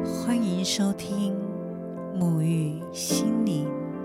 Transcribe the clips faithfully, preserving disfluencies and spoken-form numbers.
欢迎收听沐浴心灵。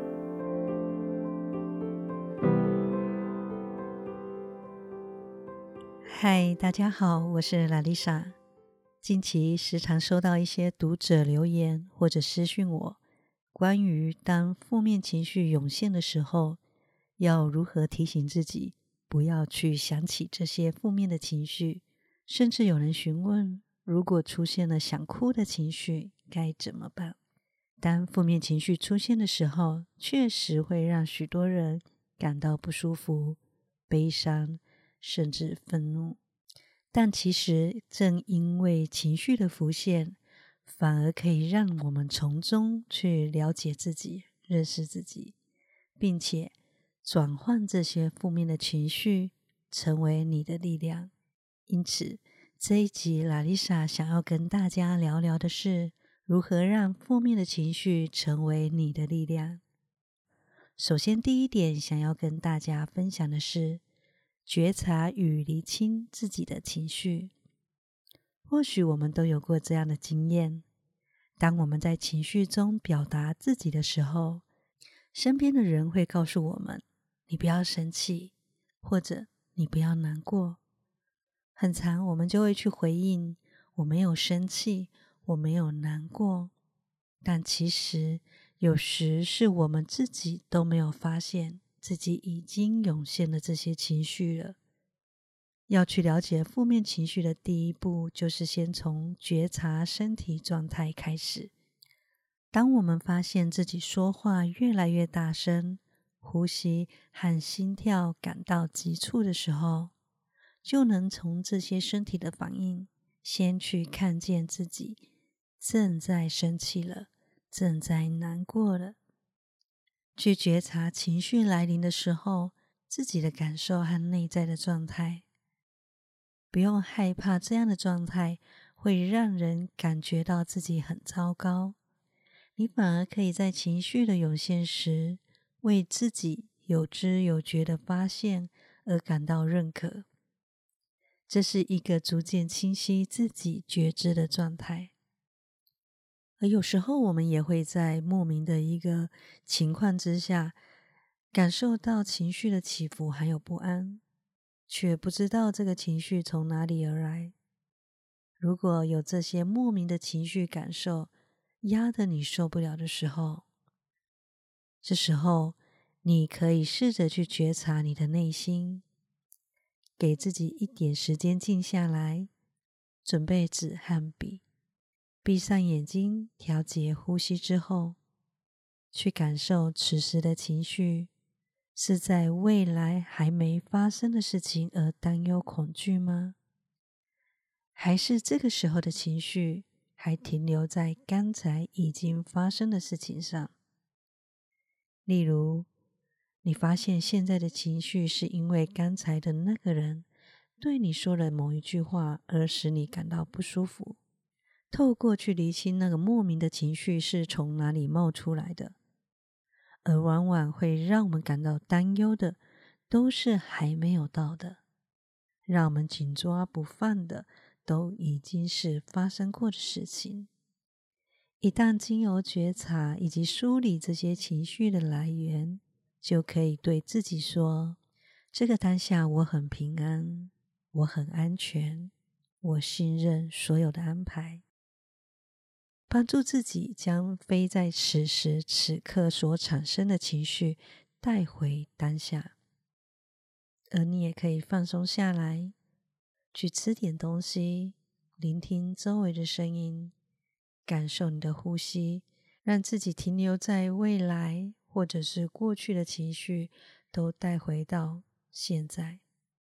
嗨，大家好，我是拉丽莎。近期时常收到一些读者留言或者私讯我，关于当负面情绪涌现的时候，要如何提醒自己不要去想起这些负面的情绪，甚至有人询问，如果出现了想哭的情绪该怎么办？当负面情绪出现的时候，确实会让许多人感到不舒服、悲伤，甚至愤怒。但其实正因为情绪的浮现，反而可以让我们从中去了解自己、认识自己，并且转换这些负面的情绪成为你的力量。因此这一集拉丽莎想要跟大家聊聊的是如何让负面的情绪成为你的力量。首先第一点想要跟大家分享的是觉察与厘清自己的情绪。或许我们都有过这样的经验，当我们在情绪中表达自己的时候，身边的人会告诉我们，你不要生气，或者你不要难过。很常我们就会去回应，我没有生气，我没有难过。但其实有时是我们自己都没有发现自己已经涌现了这些情绪了。要去了解负面情绪的第一步，就是先从觉察身体状态开始。当我们发现自己说话越来越大声，呼吸和心跳感到急促的时候，就能从这些身体的反应，先去看见自己正在生气了，正在难过了。去觉察情绪来临的时候，自己的感受和内在的状态。不用害怕这样的状态会让人感觉到自己很糟糕，你反而可以在情绪的涌现时，为自己有知有觉的发现而感到认可。这是一个逐渐清晰自己觉知的状态。而有时候我们也会在莫名的一个情况之下，感受到情绪的起伏还有不安，却不知道这个情绪从哪里而来。如果有这些莫名的情绪感受压得你受不了的时候，这时候你可以试着去觉察你的内心，给自己一点时间静下来，准备纸和笔，闭上眼睛，调节呼吸之后，去感受此时的情绪。是在未来还没发生的事情而担忧恐惧吗？还是这个时候的情绪还停留在刚才已经发生的事情上？例如，你发现现在的情绪是因为刚才的那个人对你说了某一句话而使你感到不舒服。透过去厘清那个莫名的情绪是从哪里冒出来的，而往往会让我们感到担忧的都是还没有到的，让我们紧抓不放的都已经是发生过的事情。一旦经由觉察以及梳理这些情绪的来源，就可以对自己说，这个当下我很平安，我很安全，我信任所有的安排。帮助自己将非在此时此刻所产生的情绪带回当下。而你也可以放松下来，去吃点东西，聆听周围的声音，感受你的呼吸，让自己停留在未来或者是过去的情绪都带回到现在。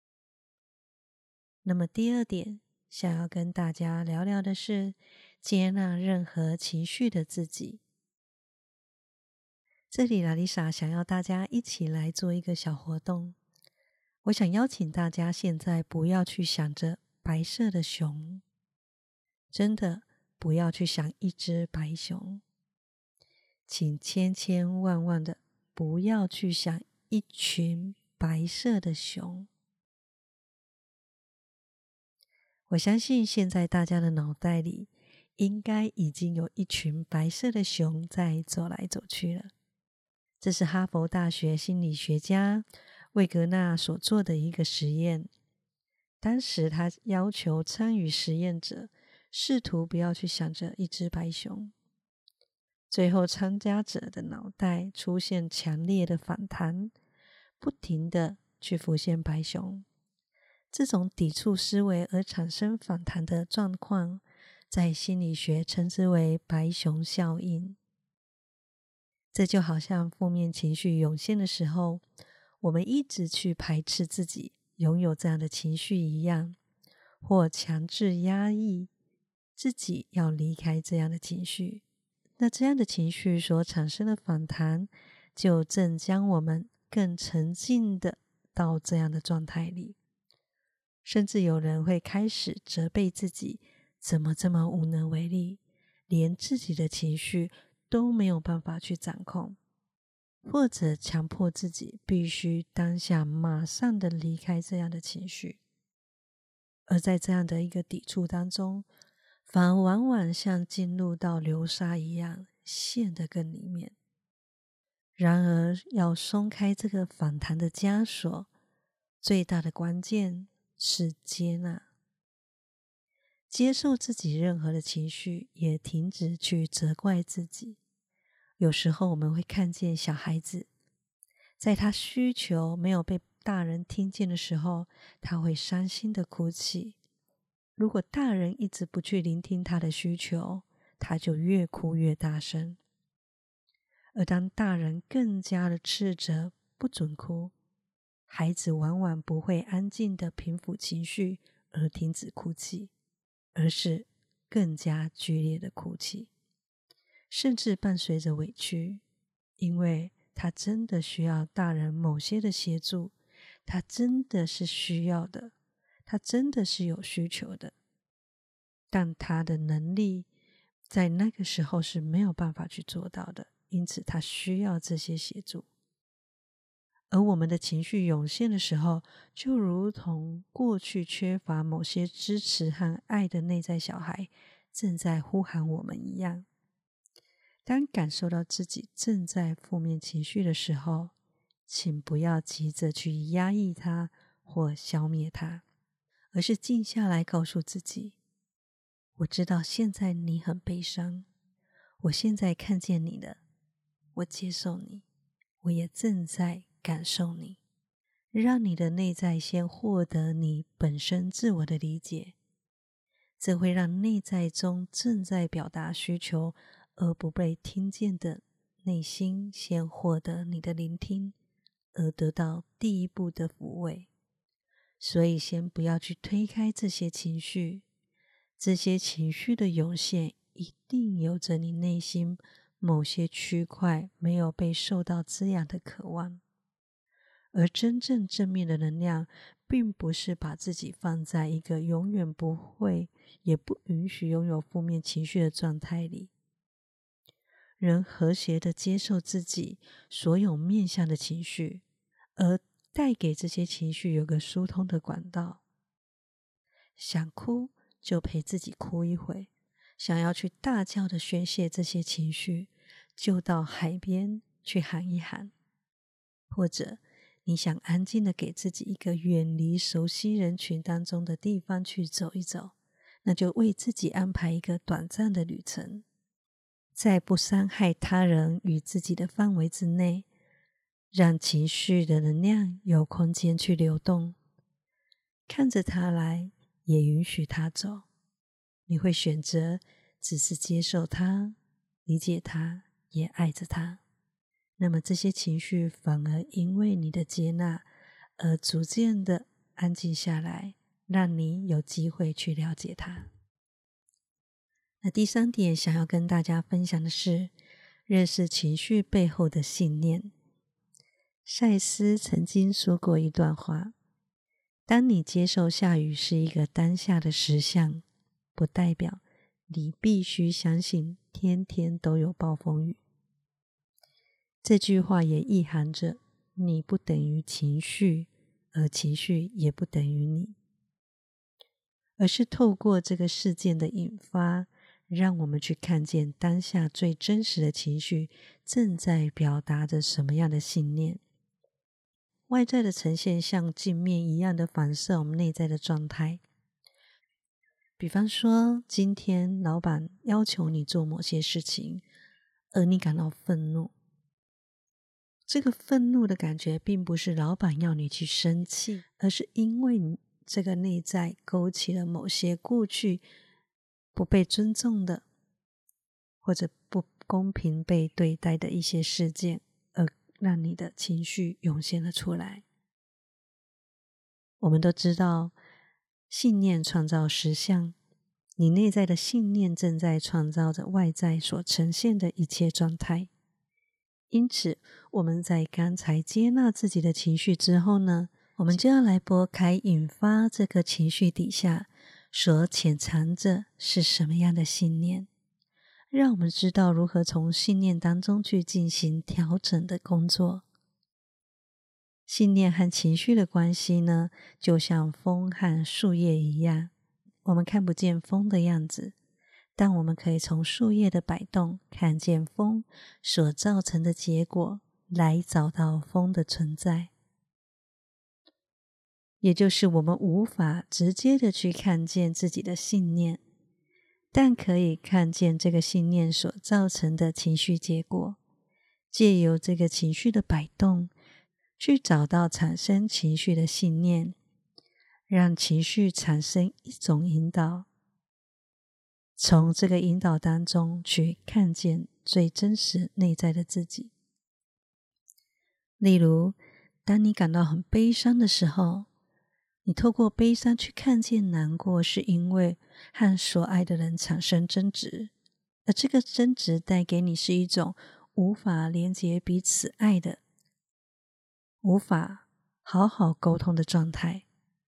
那么第二点，想要跟大家聊聊的是接纳任何情绪的自己。这里拉丽莎想要大家一起来做一个小活动。我想邀请大家现在不要去想着白色的熊，真的不要去想一只白熊，请千千万万的不要去想一群白色的熊。我相信现在大家的脑袋里应该已经有一群白色的熊在走来走去了。这是哈佛大学心理学家魏格纳所做的一个实验。当时他要求参与实验者试图不要去想着一只白熊。最后参加者的脑袋出现强烈的反弹，不停地去浮现白熊。这种抵触思维而产生反弹的状况，在心理学称之为白熊效应。这就好像负面情绪涌现的时候，我们一直去排斥自己拥有这样的情绪一样，或强制压抑自己要离开这样的情绪。那这样的情绪所产生的反弹，就正将我们更沉浸的到这样的状态里。甚至有人会开始责备自己怎么这么无能为力，连自己的情绪都没有办法去掌控，或者强迫自己必须当下马上的离开这样的情绪。而在这样的一个抵触当中，反而往往像进入到流沙一样陷得更里面。然而要松开这个反弹的枷锁，最大的关键是接纳。接受自己任何的情绪，也停止去责怪自己。有时候我们会看见小孩子，在他需求没有被大人听见的时候，他会伤心的哭泣。如果大人一直不去聆听他的需求，他就越哭越大声。而当大人更加的斥责不准哭，孩子往往不会安静的平复情绪而停止哭泣，而是更加剧烈的哭泣，甚至伴随着委屈，因为他真的需要大人某些的协助，他真的是需要的，他真的是有需求的，但他的能力在那个时候是没有办法去做到的，因此他需要这些协助。而我们的情绪涌现的时候，就如同过去缺乏某些支持和爱的内在小孩正在呼喊我们一样。当感受到自己正在负面情绪的时候，请不要急着去压抑它或消灭它，而是静下来告诉自己，我知道现在你很悲伤，我现在看见你了，我接受你，我也正在感受你，让你的内在先获得你本身自我的理解，这会让内在中正在表达需求而不被听见的内心先获得你的聆听，而得到第一步的抚慰。所以先不要去推开这些情绪，这些情绪的涌现一定有着你内心某些区块没有被受到滋养的渴望。而真正正面的能量，并不是把自己放在一个永远不会也不允许拥有负面情绪的状态里。人和谐的接受自己所有面向的情绪，而带给这些情绪有个疏通的管道。想哭就陪自己哭一会，想要去大叫的宣泄这些情绪，就到海边去喊一喊，或者你想安静的给自己一个远离熟悉人群当中的地方去走一走，那就为自己安排一个短暂的旅程，在不伤害他人与自己的范围之内，让情绪的能量有空间去流动，看着它来，也允许它走。你会选择只是接受它，理解它，也爱着它。那么这些情绪反而因为你的接纳而逐渐的安静下来，让你有机会去了解它。那第三点想要跟大家分享的是，认识情绪背后的信念。赛斯曾经说过一段话，当你接受下雨是一个当下的实相，不代表你必须相信天天都有暴风雨。这句话也意含着你不等于情绪，而情绪也不等于你，而是透过这个事件的引发， 让我们去看见当下最真实的情绪正在表达着什么样的信念。外在的呈现像镜面一样的反射我们内在的状态。比方说，今天老板要求你做某些事情，而你感到愤怒。这个愤怒的感觉并不是老板要你去生气，而是因为你这个内在勾起了某些过去不被尊重的，或者不公平被对待的一些事件，而让你的情绪涌现了出来。我们都知道，信念创造实相，你内在的信念正在创造着外在所呈现的一切状态。因此，我们在刚才接纳自己的情绪之后呢，我们就要来拨开引发这个情绪底下所潜藏着是什么样的信念，让我们知道如何从信念当中去进行调整的工作。信念和情绪的关系呢，就像风和树叶一样，我们看不见风的样子，但我们可以从树叶的摆动看见风所造成的结果，来找到风的存在。也就是我们无法直接的去看见自己的信念，但可以看见这个信念所造成的情绪结果，借由这个情绪的摆动，去找到产生情绪的信念，让情绪产生一种引导，从这个引导当中去看见最真实内在的自己。例如，当你感到很悲伤的时候，你透过悲伤去看见难过是因为和所爱的人产生争执，而这个争执带给你是一种无法连结彼此爱的，无法好好沟通的状态。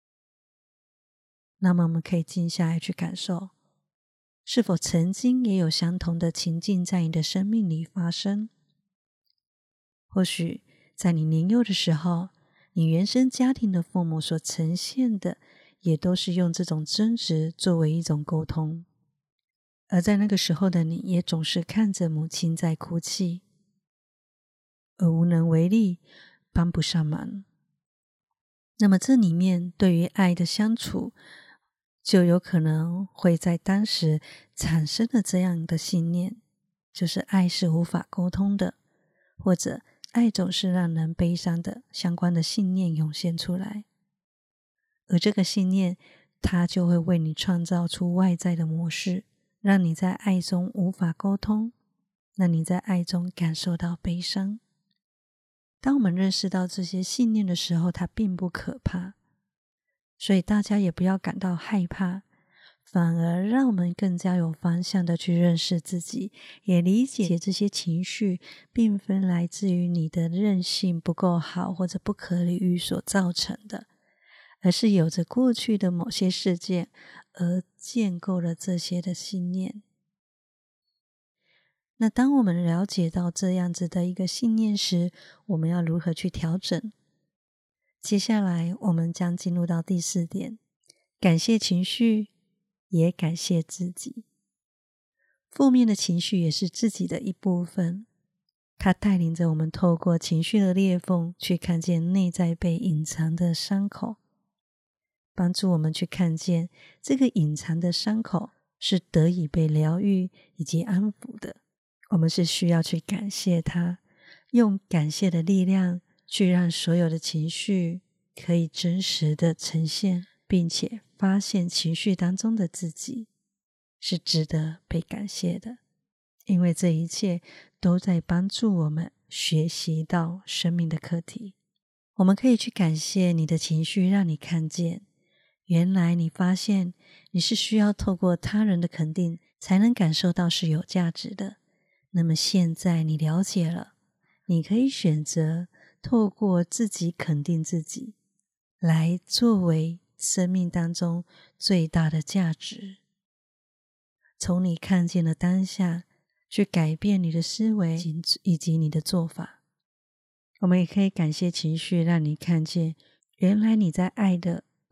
那么我们可以静下来去感受，是否曾经也有相同的情境在你的生命里发生？或许在你年幼的时候，你原生家庭的父母所呈现的也都是用这种争执作为一种沟通，而在那个时候的你也总是看着母亲在哭泣，而无能为力，帮不上忙。那么这里面对于爱的相处，就有可能会在当时产生了这样的信念，就是爱是无法沟通的，或者爱总是让人悲伤的相关的信念涌现出来。而这个信念，它就会为你创造出外在的模式，让你在爱中无法沟通，让你在爱中感受到悲伤。当我们认识到这些信念的时候，它并不可怕，所以大家也不要感到害怕，反而让我们更加有方向的去认识自己，也理解这些情绪并非来自于你的韧性不够好或者不可理喻所造成的，而是有着过去的某些事件而建构了这些的信念。那当我们了解到这样子的一个信念时，我们要如何去调整？接下来我们将进入到第四点，感谢情绪，也感谢自己。负面的情绪也是自己的一部分，它带领着我们透过情绪的裂缝去看见内在被隐藏的伤口，帮助我们去看见这个隐藏的伤口是得以被疗愈以及安抚的。我们是需要去感谢它，用感谢的力量去让所有的情绪可以真实的呈现，并且发现情绪当中的自己是值得被感谢的，因为这一切都在帮助我们学习到生命的课题。我们可以去感谢你的情绪，让你看见原来你发现你是需要透过他人的肯定才能感受到是有价值的。那么现在你了解了，你可以选择透过自己肯定自己，来作为生命当中最大的价值。从你看见的当下，去改变你的思维以及你的做法。我们也可以感谢情绪，让你看见原来你在爱的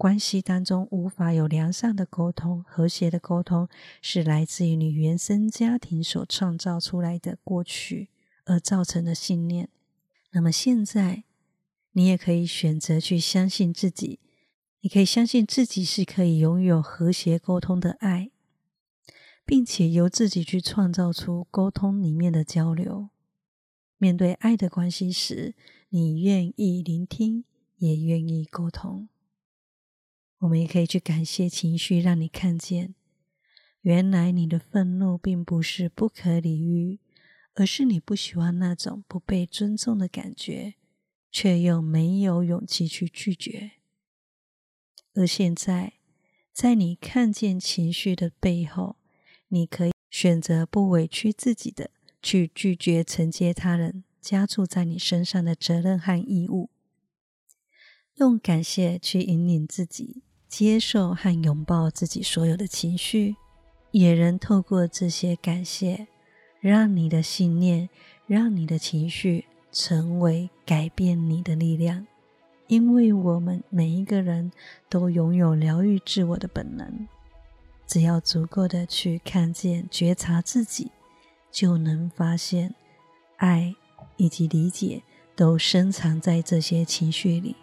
关系当中无法有良善的沟通、和谐的沟通，是来自于你原生家庭所创造出来的过去而造成的信念。那么现在你也可以选择去相信自己，你可以相信自己是可以拥有和谐沟通的爱，并且由自己去创造出沟通里面的交流。面对爱的关系时，你愿意聆听，也愿意沟通。我们也可以去感谢情绪，让你看见，原来你的愤怒并不是不可理喻，而是你不喜欢那种不被尊重的感觉，却又没有勇气去拒绝。而现在，在你看见情绪的背后，你可以选择不委屈自己的去拒绝承接他人加注在你身上的责任和义务，用感谢去引领自己接受和拥抱自己所有的情绪，也能透过这些感谢，让你的信念，让你的情绪成为改变你的力量。因为我们每一个人都拥有疗愈自我的本能，只要足够的去看见、觉察自己，就能发现爱以及理解都深藏在这些情绪里。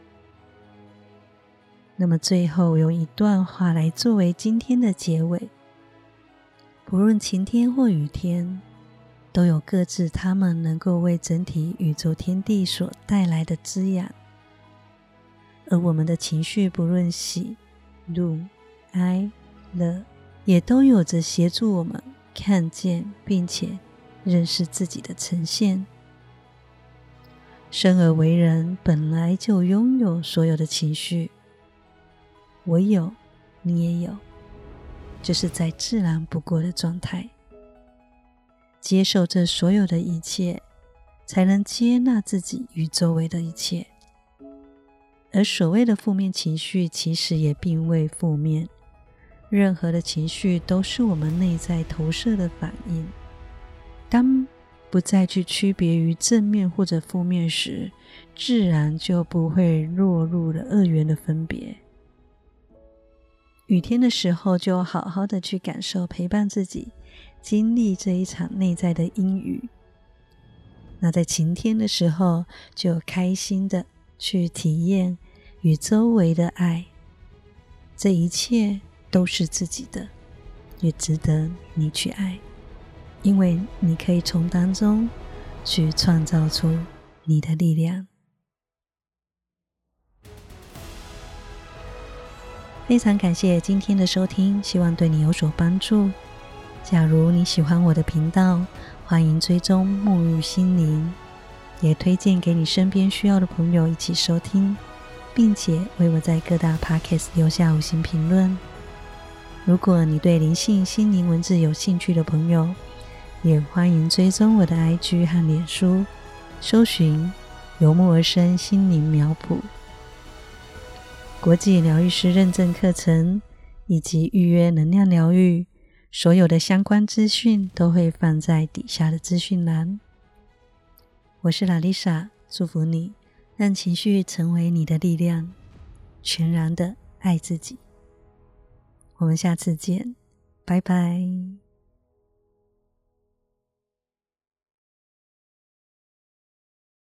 那么最后用一段话来作为今天的结尾，不论晴天或雨天，都有各自他们能够为整体宇宙天地所带来的滋养。而我们的情绪不论喜、怒、哀、乐，也都有着协助我们看见并且认识自己的呈现。生而为人本来就拥有所有的情绪，我有，你也有，就是再自然不过的状态。接受这所有的一切，才能接纳自己与周围的一切。而所谓的负面情绪其实也并未负面，任何的情绪都是我们内在投射的反应。当不再去区别于正面或者负面时，自然就不会落入了二元的分别。雨天的时候，就好好的去感受陪伴自己，经历这一场内在的阴雨。那在晴天的时候，就开心的去体验与周围的爱，这一切都是自己的，也值得你去爱，因为你可以从当中去创造出你的力量。非常感谢今天的收听，希望对你有所帮助。假如你喜欢我的频道，欢迎追踪沐浴心灵，也推荐给你身边需要的朋友一起收听，并且为我在各大 Podcast 留下五星评论。如果你对灵性心灵文字有兴趣的朋友，也欢迎追踪我的 I G 和脸书，搜寻由木而生心灵苗圃、国际疗愈师认证课程以及预约能量疗愈，所有的相关资讯都会放在底下的资讯栏。我是拉丽莎，祝福你，让情绪成为你的力量，全然的爱自己。我们下次见，拜拜。